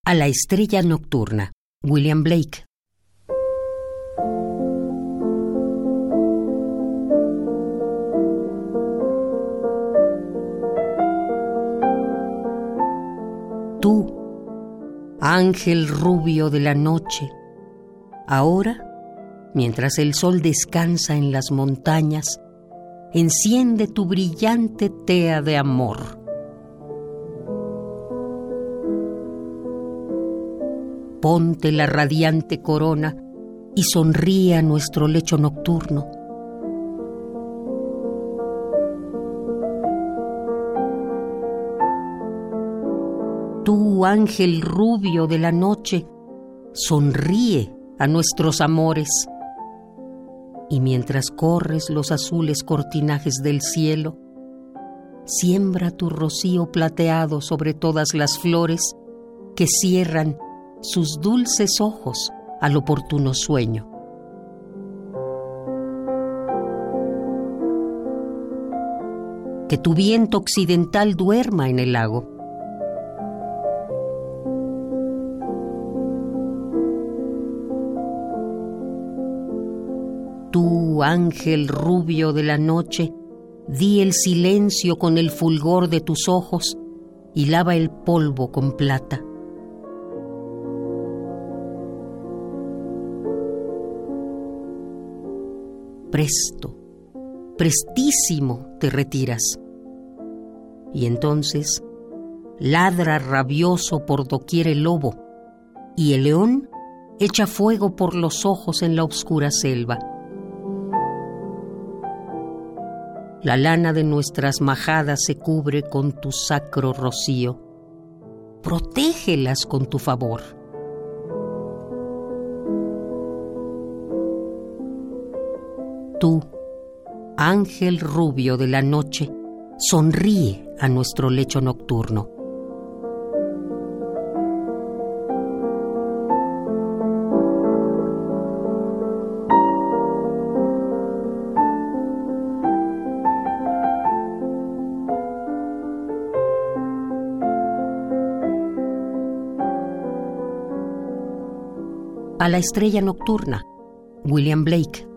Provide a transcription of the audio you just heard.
A la estrella nocturna, William Blake. Tú, ángel rubio de la noche, ahora, mientras el sol descansa en las montañas, enciende tu brillante tea de amor. Ponte la radiante corona y sonríe a nuestro lecho nocturno. Tú, ángel rubio de la noche, sonríe a nuestros amores. Y mientras corres los azules cortinajes del cielo, siembra tu rocío plateado sobre todas las flores que cierran sus dulces ojos al oportuno sueño. Que tu viento occidental duerma en el lago. Tú, ángel rubio de la noche, di el silencio con el fulgor de tus ojos y lava el polvo con plata. Presto, prestísimo te retiras. Y entonces ladra rabioso por doquier el lobo, y el león echa fuego por los ojos en la oscura selva. La lana de nuestras majadas se cubre con tu sacro rocío. Protégelas con tu favor. Tú, ángel rubio de la noche, sonríe a nuestro lecho nocturno. A la estrella nocturna, William Blake.